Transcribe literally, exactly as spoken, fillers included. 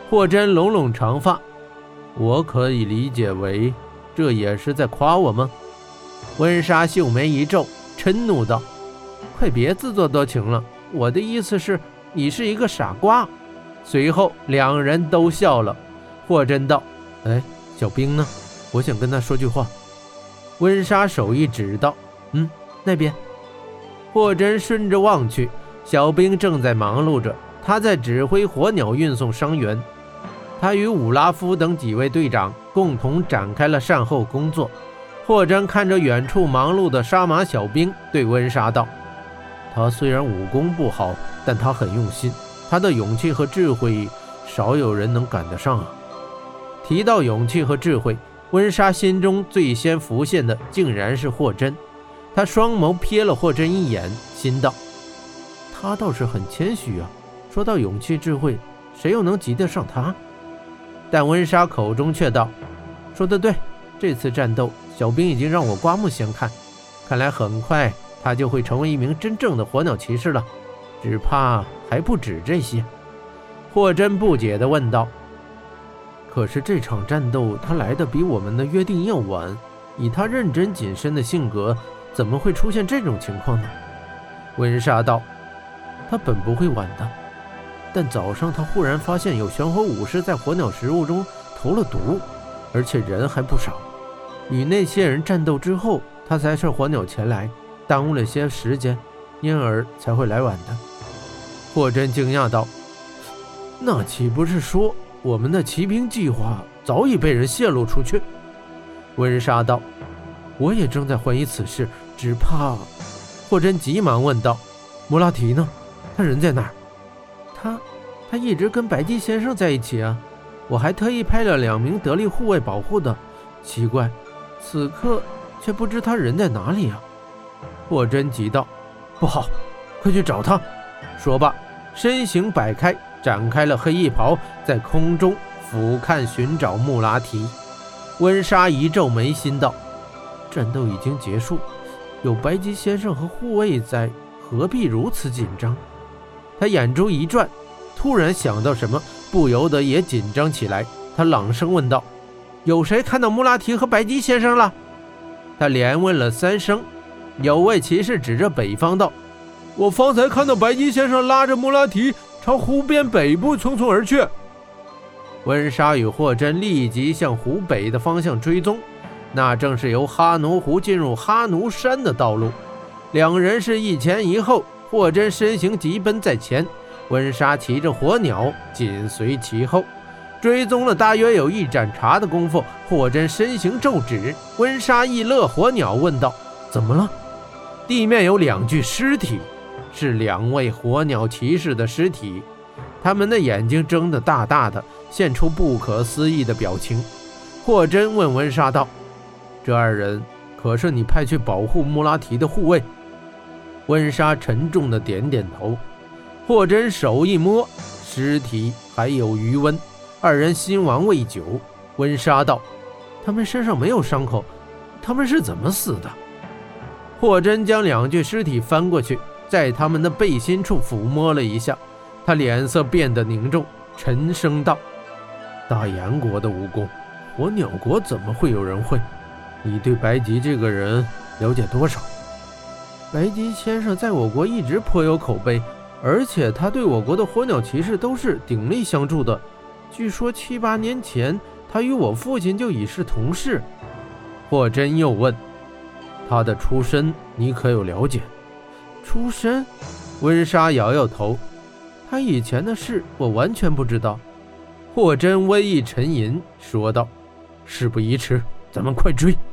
霍真拢拢长发，我可以理解为这也是在夸我吗？温莎秀眉一皱，嗔怒道：快别自作多情了，我的意思是你是一个傻瓜。随后两人都笑了。霍真道：哎，小兵呢？我想跟他说句话。温莎手一指道：嗯，那边。霍真顺着望去，小兵正在忙碌着，他在指挥火鸟运送伤员。他与武拉夫等几位队长共同展开了善后工作。霍真看着远处忙碌的杀马小兵，对温莎道：他虽然武功不好，但他很用心，他的勇气和智慧少有人能赶得上啊。提到勇气和智慧，温莎心中最先浮现的竟然是霍真。他双眸瞥了霍真一眼，心道：他倒是很谦虚啊，说到勇气智慧，谁又能及得上他？但温莎口中却道：说得对，这次战斗小兵已经让我刮目相看，看来很快他就会成为一名真正的火鸟骑士了，只怕还不止这些。霍真不解地问道：可是这场战斗他来的比我们的约定要晚，以他认真谨慎的性格，怎么会出现这种情况呢？温莎道：他本不会晚的，但早上他忽然发现有玄火武士在火鸟食物中投了毒，而且人还不少。与那些人战斗之后，他才是火鸟前来，耽误了些时间，因而才会来晚的。霍真惊讶道：那岂不是说我们的骑兵计划早已被人泄露出去？温莎道：我也正在怀疑此事，只怕……霍真急忙问道：穆拉提呢？他人在哪儿？他他一直跟白姬先生在一起啊，我还特意派了两名得力护卫保护的。奇怪，此刻却不知他人在哪里啊！霍真急道：不好，快去找他！说罢，身形摆开，展开了黑衣袍，在空中俯瞰寻找穆拉提。温莎一皱眉心道：战斗已经结束，有白姬先生和护卫在，何必如此紧张？他眼珠一转，突然想到什么，不由得也紧张起来。他朗声问道：有谁看到穆拉提和白姬先生了？他连问了三声。有位骑士指着北方道：我方才看到白姬先生拉着穆拉提朝湖边北部匆匆而去。温莎与霍真立即向湖北的方向追踪，那正是由哈奴湖进入哈奴山的道路。两人是一前一后，霍真身形急奔在前，温莎骑着火鸟紧随其后。追踪了大约有一盏茶的功夫，霍真身形骤止，温莎一勒火鸟问道：怎么了？地面有两具尸体，是两位火鸟骑士的尸体，他们的眼睛睁得大大的，现出不可思议的表情。霍真问温莎道：这二人可是你派去保护穆拉提的护卫？温莎沉重的点点头。霍真手一摸，尸体还有余温，二人心亡未久。温莎道：他们身上没有伤口，他们是怎么死的？霍真将两具尸体翻过去，在他们的背心处抚摸了一下，他脸色变得凝重，沉声道：大燕国的武功，火鸟国怎么会有人会？你对白吉这个人了解多少？白吉先生在我国一直颇有口碑，而且他对我国的火鸟骑士都是鼎力相助的。据说七八年前，他与我父亲就已是同事。霍真又问：他的出身你可有了解？出身？温莎摇摇头，他以前的事我完全不知道。霍真微一沉吟，说道：事不宜迟，咱们快追。